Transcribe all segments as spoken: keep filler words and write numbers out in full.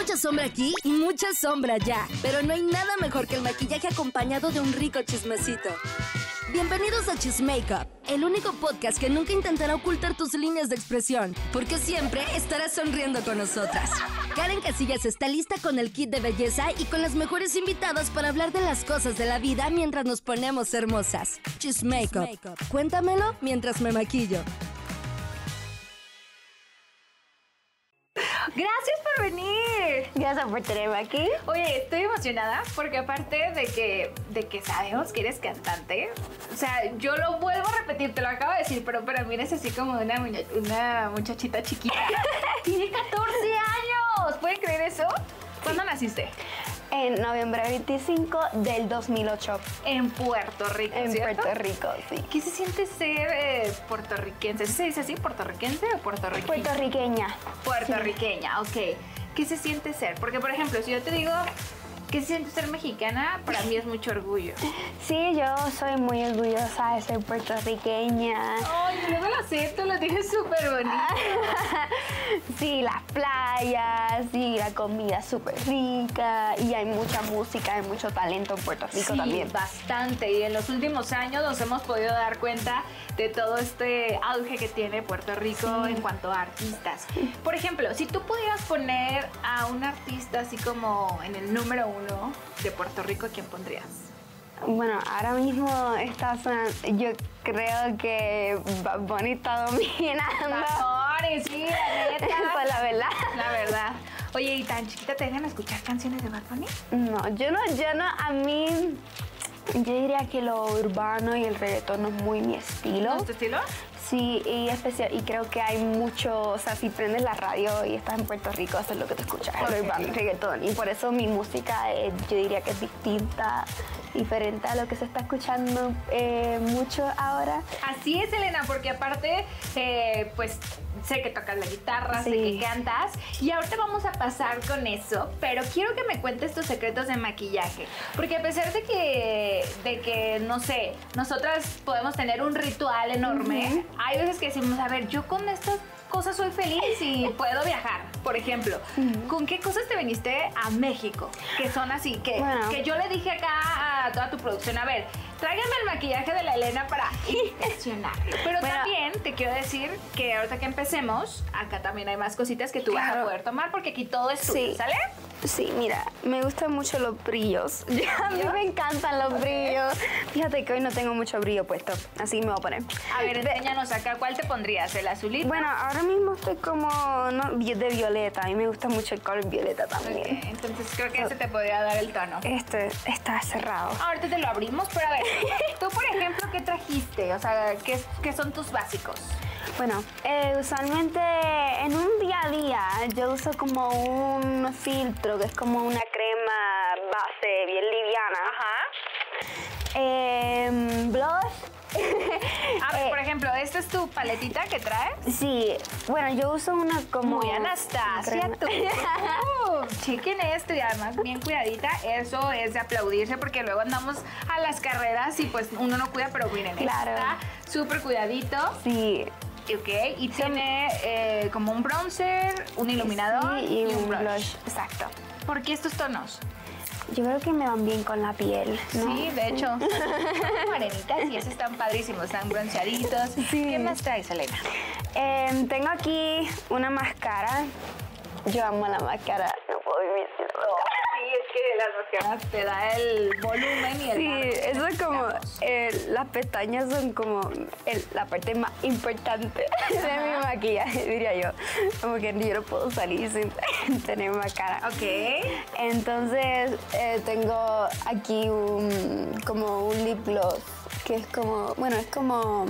mucha sombra aquí y mucha sombra allá, pero no hay nada mejor que el maquillaje acompañado de un rico chismecito. Bienvenidos a Chismakeup, el único podcast que nunca intentará ocultar tus líneas de expresión, porque siempre estarás sonriendo con nosotras. Karen Casillas está lista con el kit de belleza y con las mejores invitadas para hablar de las cosas de la vida mientras nos ponemos hermosas. Chismakeup, cuéntamelo mientras me maquillo. Gracias por venir. Gracias por tenerme aquí. Oye, estoy emocionada porque aparte de que, de que sabemos que eres cantante, o sea, yo lo vuelvo a repetir, te lo acabo de decir, pero para mí eres así como una, una muchachita chiquita. Tiene catorce años. ¿Pueden creer eso? ¿Cuándo sí. naciste? En noviembre veinticinco del dos mil ocho. En Puerto Rico, En ¿cierto? Puerto Rico, sí. ¿Qué se siente ser eh, puertorriquense? ¿Se dice así, puertorriquense o puertorriqueña? Puertorriqueña. Puertorriqueña, sí. Ok. ¿Qué se siente ser? Porque, por ejemplo, si yo te digo ¿qué se siente ser mexicana? Para mí es mucho orgullo. Sí, yo soy muy orgullosa de ser puertorriqueña. Ay, luego lo acepto, lo tienes súper bonito. Sí, las playas, sí, la comida súper rica y hay mucha música, hay mucho talento en Puerto Rico sí, también. Bastante, y en los últimos años nos hemos podido dar cuenta de todo este auge que tiene Puerto Rico sí. en cuanto a artistas. Por ejemplo, si tú pudieras poner a un artista así como en el número uno de Puerto Rico, ¿a quién pondrías? Bueno, ahora mismo está sonando, yo creo que Bad Bunny está dominando. Bad Bunny, sí, la neta. Pues la verdad. La verdad. Oye, ¿y tan chiquita te dejan escuchar canciones de Bad Bunny? No, yo no, yo no, a mí, yo diría que lo urbano y el reggaetón no es muy mi estilo. ¿No es tu estilo? Sí, y especial, y creo que hay mucho, o sea, si prendes la radio y estás en Puerto Rico, eso es lo que te escuchas, okay. el urbano y reggaetón. Y por eso mi música, es, yo diría que es distinta, diferente a lo que se está escuchando eh, mucho ahora. Así es, Elena, porque aparte, eh, pues sé que tocas la guitarra, sí. sé que cantas, y ahorita vamos a pasar con eso, pero quiero que me cuentes tus secretos de maquillaje, porque a pesar de que, de que no sé, nosotras podemos tener un ritual enorme, uh-huh. hay veces que decimos, a ver, yo con estas cosas soy feliz y puedo viajar. Por ejemplo, uh-huh. ¿con qué cosas te viniste a México? Que son así, que, bueno. que yo le dije acá a toda tu producción, a ver, tráigame el maquillaje de la Elena para impresionar. Pero bueno. también te quiero decir que ahorita que empecemos, acá también hay más cositas que tú claro. vas a poder tomar porque aquí todo es tuyo, sí. ¿sale? Sí, mira, me gustan mucho los brillos. A mí me encantan los okay. brillos. Fíjate que hoy no tengo mucho brillo puesto, así me voy a poner. A ver, enséñanos acá, ¿cuál te pondrías? ¿El azulito? Bueno, ahora mismo estoy como no, de violeta. A mí me gusta mucho el color violeta también. Okay, entonces creo que ese te podría dar el tono. Este está cerrado. Ahorita te lo abrimos, pero a ver, tú por ejemplo, ¿qué trajiste? O sea, ¿qué, qué son tus básicos? Bueno, eh, usualmente en un día a día yo uso como un filtro que es como una crema base bien liviana. Ajá. Eh, blush. A ver, eh, por ejemplo, ¿esta es tu paletita que traes? Sí, bueno, yo uso una como... Muy Anastasia, tú. Uh, chequen esto y además bien cuidadita. Eso es de aplaudirse porque luego andamos a las carreras y pues uno no cuida, pero miren, claro. está súper cuidadito. Sí. Ok, y tiene eh, como un bronzer, un iluminador sí, y, y un un blush. blush. Exacto. ¿Por qué estos tonos? Yo creo que me van bien con la piel, ¿no? Sí, de hecho. Son morenitas y esos están padrísimos, están bronceaditos. Sí. ¿Qué más traes, Elena? Eh, tengo aquí una máscara. Yo amo la máscara, no puedo vivir sin la máscara. Sí, es que las máscaras te da el volumen y el... Sí, eso es como, eh, las pestañas son como el, la parte más importante de Ajá. mi maquillaje, diría yo. Como que yo no puedo salir sin tener máscara. Ok. Entonces, eh, tengo aquí un, como un lip gloss, que es como, bueno, es como...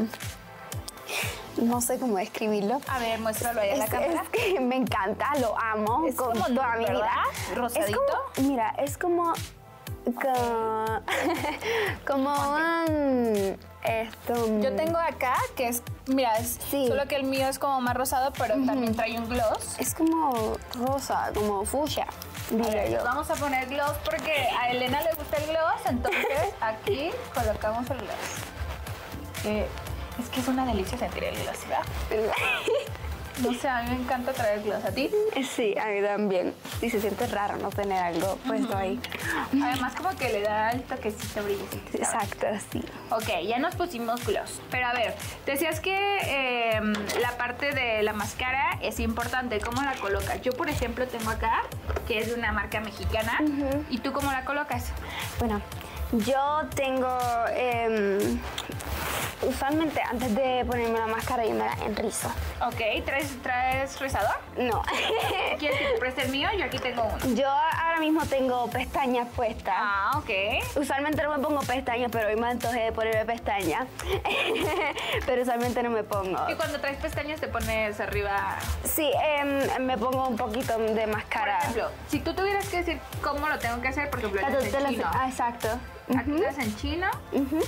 No sé cómo describirlo. A ver, muéstralo ahí en la es, cámara. Es que me encanta, lo amo. Es con como toda mi vida. ¿Rosadito? Es como, mira, es como... Como, como un... Esto... Yo tengo acá, que es... Mira, es, sí. solo que el mío es como más rosado, pero uh-huh. también trae un gloss. Es como rosa, como fucsia. Ver, yo. Vamos a poner gloss porque a Elena le gusta el gloss, entonces aquí colocamos el gloss. Eh, es que es una delicia sentir el gloss, ¿verdad? No sé, a mí me encanta traer gloss. ¿A ti? Sí, a mí también. Y se siente raro no tener algo puesto uh-huh. ahí. Además, como que le da el toquecito brillecito. Exacto, sí. Ok, ya nos pusimos gloss. Pero a ver, decías que eh, la parte de la máscara es importante. ¿Cómo la colocas? Yo, por ejemplo, tengo acá, que es de una marca mexicana. Uh-huh. ¿Y tú cómo la colocas? Bueno, yo tengo... Eh, usualmente antes de ponerme la máscara yo me la enrizo. Ok, ¿traes, traes rizador? No. ¿Quieres que te preste el mío? Yo aquí tengo uno. Yo ahora mismo tengo pestañas puestas. Ah, ok. Usualmente no me pongo pestañas, pero hoy me antojé de ponerme pestañas. Pero usualmente no me pongo. ¿Y cuando traes pestañas te pones arriba? Sí, eh, me pongo un poquito de máscara. Por ejemplo, si tú tuvieras que decir cómo lo tengo que hacer, por ejemplo, Claro, es en chino. Ah, exacto. Aquí uh-huh. es en chino. Uh-huh.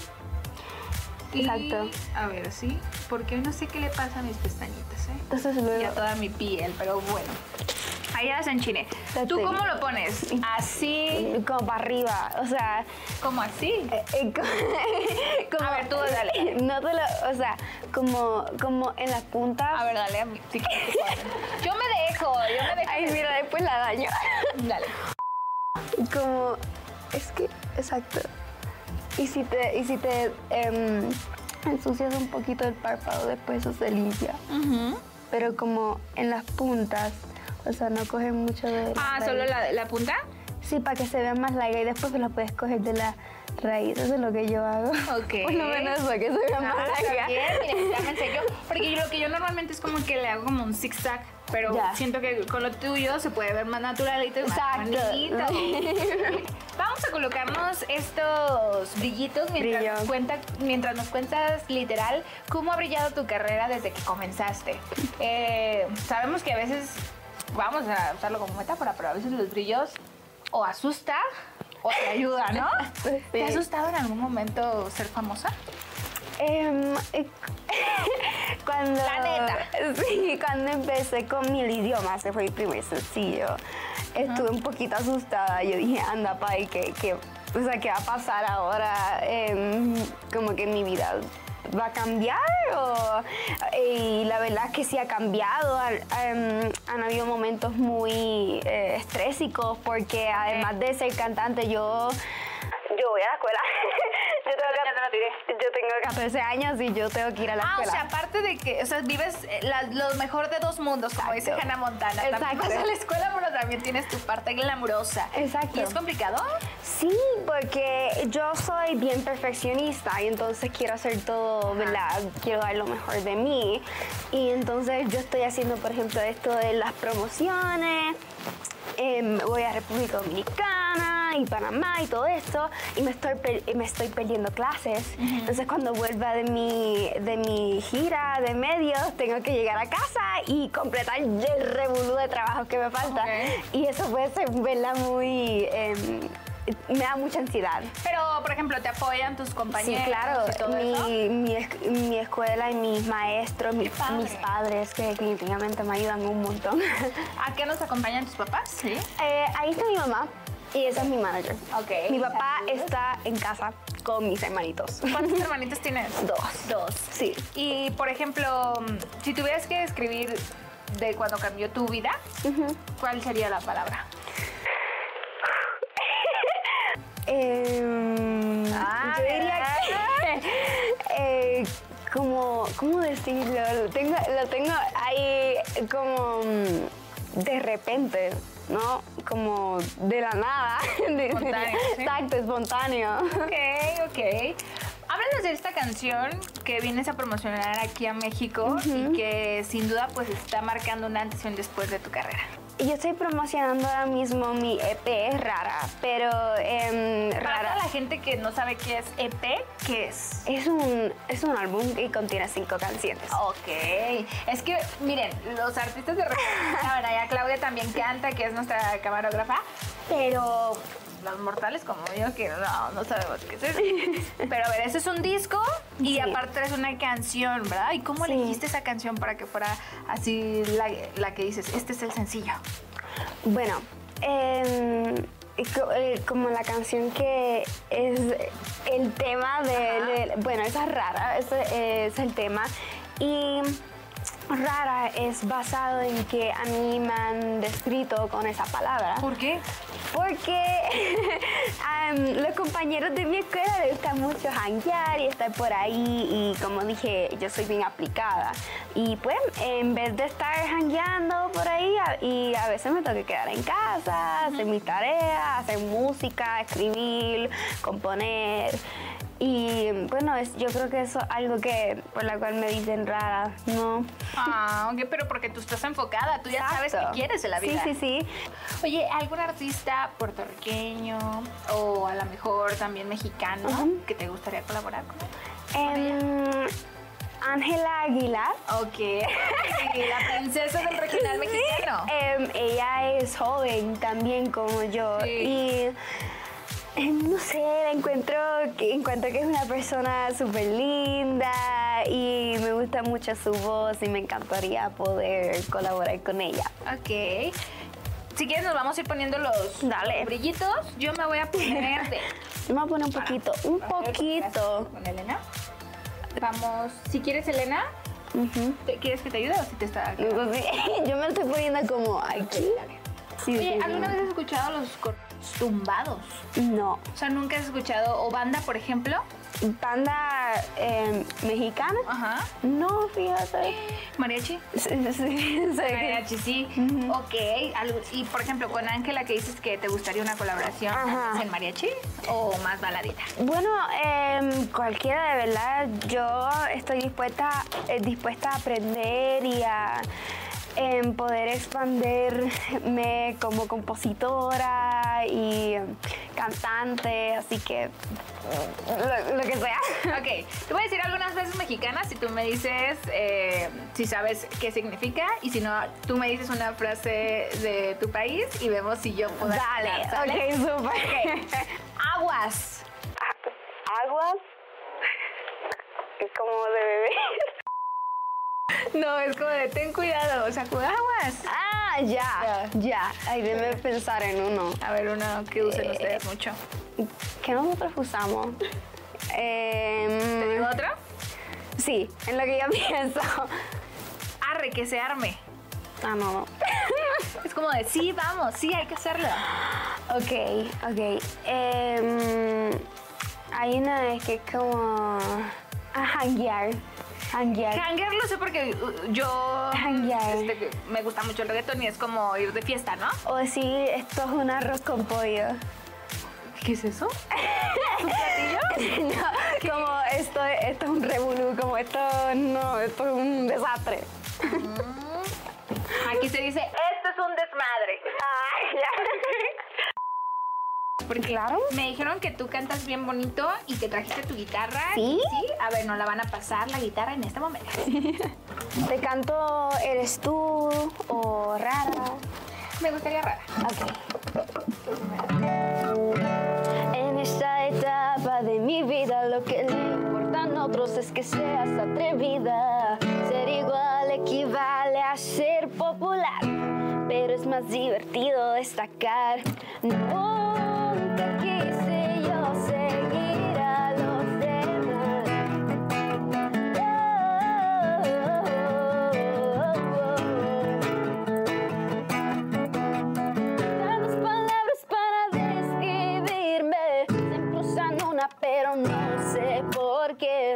Y, exacto. A ver, sí, porque no sé qué le pasa a mis pestañitas, ¿eh? Entonces luego... Y a toda mi piel, pero bueno. Ahí ya las enchiné. ¿Tú sí. cómo lo pones? Así. Como para arriba, o sea... ¿Cómo así? Eh, eh, como, a ver, tú dale. No te lo... O sea, como, como en las puntas. A ver, dale a mí. Sí, yo me dejo, yo me dejo. Ay, mira, después la daño. Dale. Como... Es que... Exacto. Y si te, y si te eh, ensucias un poquito el párpado, después eso se limpia. Uh-huh. Pero como en las puntas, o sea, no cogen mucho de la Ah, raíz. ¿solo la, la punta? Sí, para que se vea más larga y después la puedes coger de la raíz. Eso es lo que yo hago. Ok. Por lo menos para que se vea no, más larga. Bien, mira, ya me enseño. Porque yo, lo que yo normalmente es como que le hago como un zigzag. Pero ya. Siento que con lo tuyo se puede ver más naturalito y exacto. Más bonito. Vamos a colocarnos estos brillitos mientras, Brillo. nos cuenta, mientras nos cuentas literal cómo ha brillado tu carrera desde que comenzaste. Eh, sabemos que a veces, vamos a usarlo como metáfora, pero a veces los brillos o asusta o te ayuda, ¿no? Sí. ¿Te ha asustado en algún momento ser famosa? Eh, cuando, La neta. Sí, cuando empecé con mi idioma, ese fue el primer sencillo, estuve uh-huh. un poquito asustada. Yo dije, anda, pa, ¿y qué, qué, o sea, ¿qué va a pasar ahora? Eh, como que mi vida va a cambiar. O, y la verdad es que sí ha cambiado. Han, han, han habido momentos muy eh, estrésicos porque además de ser cantante, yo, yo voy a la escuela. Yo tengo, yo tengo catorce años y yo tengo que ir a la ah, escuela. Ah, o sea, aparte de que, o sea, vives la, lo mejor de dos mundos, como exacto. dice Hannah Montana. Exacto. También vas a la escuela, pero también tienes tu parte glamurosa. Exacto. ¿Y es complicado? Sí, porque yo soy bien perfeccionista y entonces quiero hacer todo, ¿verdad? Quiero dar lo mejor de mí. Y entonces yo estoy haciendo, por ejemplo, esto de las promociones. Eh, voy a República Dominicana y Panamá y todo esto y me estoy, me estoy perdiendo clases. Uh-huh. Entonces cuando vuelva de mi, de mi gira de medios tengo que llegar a casa y completar el revolú de trabajo que me falta. Okay. Y eso puede ser, ¿verdad? Muy... Eh, me da mucha ansiedad. Pero, por ejemplo, ¿te apoyan tus compañeros? Sí, claro. Y todo mi, eso? Mi, mi escuela y mis maestros, mis, mis padres, que definitivamente me ayudan un montón. ¿A qué nos acompañan tus papás? Sí. Eh, ahí está mi mamá y esa es mi manager. Ok. Mi papá está en casa con mis hermanitos. ¿Cuántos hermanitos tienes? Dos. Dos. Sí. Y, por ejemplo, si tuvieras que describir de cuando cambió tu vida, uh-huh. ¿cuál sería la palabra? Eh, ah, yo diría que eh, como, ¿cómo decirlo? Lo tengo, lo tengo ahí como de repente, ¿no? Como de la nada. Espontáneo, ¿sí? Exacto, espontáneo. Ok, ok. Háblanos de esta canción que vienes a promocionar aquí a México uh-huh. y que sin duda pues está marcando un antes y un después de tu carrera. Yo estoy promocionando ahora mismo mi E P, Rara, pero eh, Para Rara. la gente que no sabe qué es E P, ¿qué es? Es un, es un álbum que contiene cinco canciones. Ok. Es que, miren, los artistas de referencia, bueno, ya Claudia también canta, que es nuestra camarógrafa, pero los mortales como yo que no, no sabemos qué es eso. Pero a ver, ese es un disco y sí. aparte es una canción, ¿verdad? ¿Y cómo sí. elegiste esa canción para que fuera así la, la que dices, este es el sencillo? Bueno, eh, como la canción que es el tema de, de bueno, esa es Rara, ese es el tema y Rara música es basado en que a mí me han descrito con esa palabra. ¿Por qué? Porque um, los compañeros de mi escuela les gusta mucho janguear y estar por ahí, y como dije, yo soy bien aplicada. Y pues en vez de estar jangueando por ahí, a, y a veces me tengo que quedar en casa, uh-huh. hacer mis tareas, hacer música, escribir, componer. Y bueno, es, yo creo que eso es algo que por la cual me dicen rara, ¿no? Ah, ok, pero porque tú estás enfocada, tú ya Exacto. sabes qué quieres en la vida. Sí, sí, sí. Oye, ¿algún artista puertorriqueño o a lo mejor también mexicano uh-huh. que te gustaría colaborar con él? Um, Ángela Aguilar. Ok, la princesa del regional mexicano. Sí. Um, ella es joven también como yo sí. y... No sé, la encuentro, encuentro que es una persona súper linda y me gusta mucho su voz y me encantaría poder colaborar con ella. Ok. Si quieres nos vamos a ir poniendo los, Dale. los brillitos. Yo me voy a poner de... Yo me voy a poner un poquito, un poquito. Con Elena. Vamos, si quieres Elena, uh-huh. ¿te, ¿quieres que te ayude o si te está...? Sí, yo me estoy poniendo como aquí. Sí, Oye, sí, ¿alguna sí. vez has escuchado los tumbados? No. O sea, ¿nunca has escuchado, o banda, por ejemplo? ¿Banda eh, mexicana? Ajá. No, fíjate. ¿Mariachi? Sí, sí, sí. Mariachi, sí. Uh-huh. Ok. Y, por ejemplo, con Ángela, que dices que te gustaría una colaboración, ¿es en mariachi o más baladita? Bueno, eh, cualquiera, de verdad. Yo estoy dispuesta, eh, dispuesta a aprender y a... en poder expandirme como compositora y cantante, así que lo, lo que sea. Ok, te voy a decir algunas veces mexicanas y tú me dices eh, si sabes qué significa, y si no, tú me dices una frase de tu país y vemos si yo puedo. Dale, hablar, ok, súper. Okay. Aguas. Aguas. Es como de bebé. No, es como de ten cuidado, o sea, aguas. Ah, ya, ya. ya. Ay, déjame pensar en uno. A ver, uno que usen eh, ustedes mucho. ¿Qué nosotros usamos? Eh, ¿Te digo otro? Sí, en lo que yo pienso. Arre, que se arme. Ah, no. Es como de sí, vamos, sí, hay que hacerlo. Ok, ok. Eh, hay una vez que es como a janguear. Hanguear. Hanguear lo sé porque yo este, me gusta mucho el reggaetón y es como ir de fiesta, ¿no? O decir, esto es un arroz con pollo. ¿Qué es eso? ¿Un platillo? No, ¿qué? Como esto, esto es un revolú, como esto no, esto es un desastre. Mm. Aquí se dice, esto es un desmadre. Ay, ya. Porque claro, me dijeron que tú cantas bien bonito y que trajiste tu guitarra. ¿Sí? Sí. A ver, nos la van a pasar la guitarra en este momento. ¿Te canto Eres tú o Rara? Me gustaría Rara. Ok. En esta etapa de mi vida lo que le importan a otros es que seas atrevida. Ser igual equivale a ser popular, pero es más divertido destacar. Nunca quise yo seguir a los demás. Tantas palabras para describirme, siempre usan una, pero no sé por qué.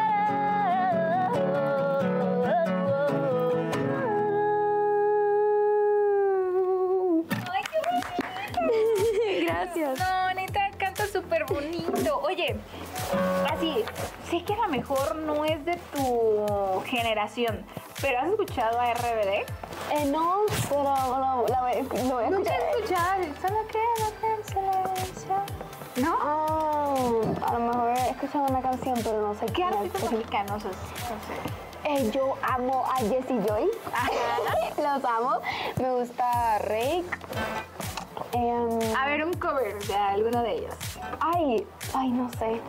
Gracias. No, neta, canta súper bonito. Oye, así, sé que a lo mejor no es de tu generación, pero ¿has escuchado a R B D? Eh, no, pero lo, lo, voy- lo voy a Nunca escuchar. he escuchado, solo queda en silencio. ¿No? Ah, a lo mejor he escuchado una canción, pero no sé ¿Qué qué artistas mexicanos es? No sé. Eh, yo amo a Jessie Joy. Los amo. Me gusta Rake. Em, A ver, un cover de alguno de ellos. Ay, ay, no sé.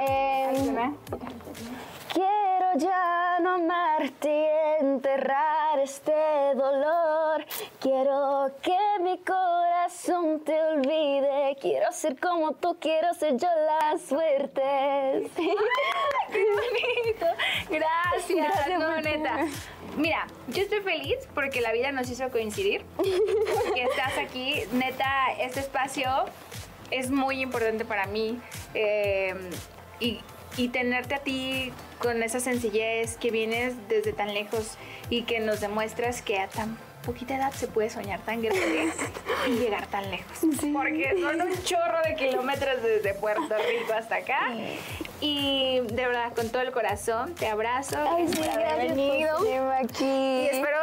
Em, ¿Alguna? Quiero ya no amarte y enterrar olvidar este dolor. Quiero que mi corazón te olvide. Quiero ser como tú, quiero ser yo la suerte. ¡Qué bonito! Gracias, Gracias no, por neta. Mira, yo estoy feliz porque la vida nos hizo coincidir. Que estás aquí. Neta, este espacio es muy importante para mí. Eh, y, y tenerte a ti con esa sencillez, que vienes desde tan lejos y que nos demuestras que a tan poquita edad se puede soñar tan grande y llegar tan lejos. Sí. Porque son un chorro de kilómetros desde Puerto Rico hasta acá. Y de verdad, con todo el corazón, te abrazo. Ay, sí, por haber gracias venido. por tenerme aquí. Y espero...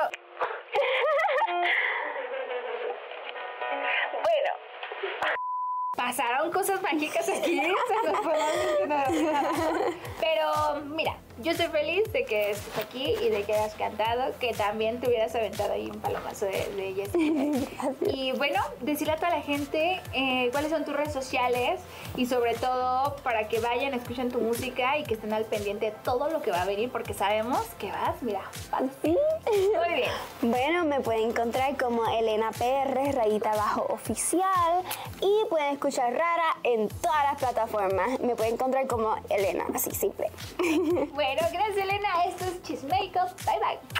Bueno, pasaron cosas mágicas aquí. Se nos fue la mente. Pero mira, yo estoy feliz de que estés aquí y de que hayas cantado, que también te hubieras aventado ahí un palomazo de, de Jessica. Y bueno, decirle a toda la gente eh, cuáles son tus redes sociales y sobre todo para que vayan, escuchen tu música y que estén al pendiente de todo lo que va a venir, porque sabemos que vas, mira, vas. Sí. Muy bien. Bueno, me pueden encontrar como Elena P R, rayita abajo oficial, y pueden escuchar Rara en todas las plataformas. Me pueden encontrar como Elena, así simple. Bueno, gracias Elena, esto es Chismeico, bye bye.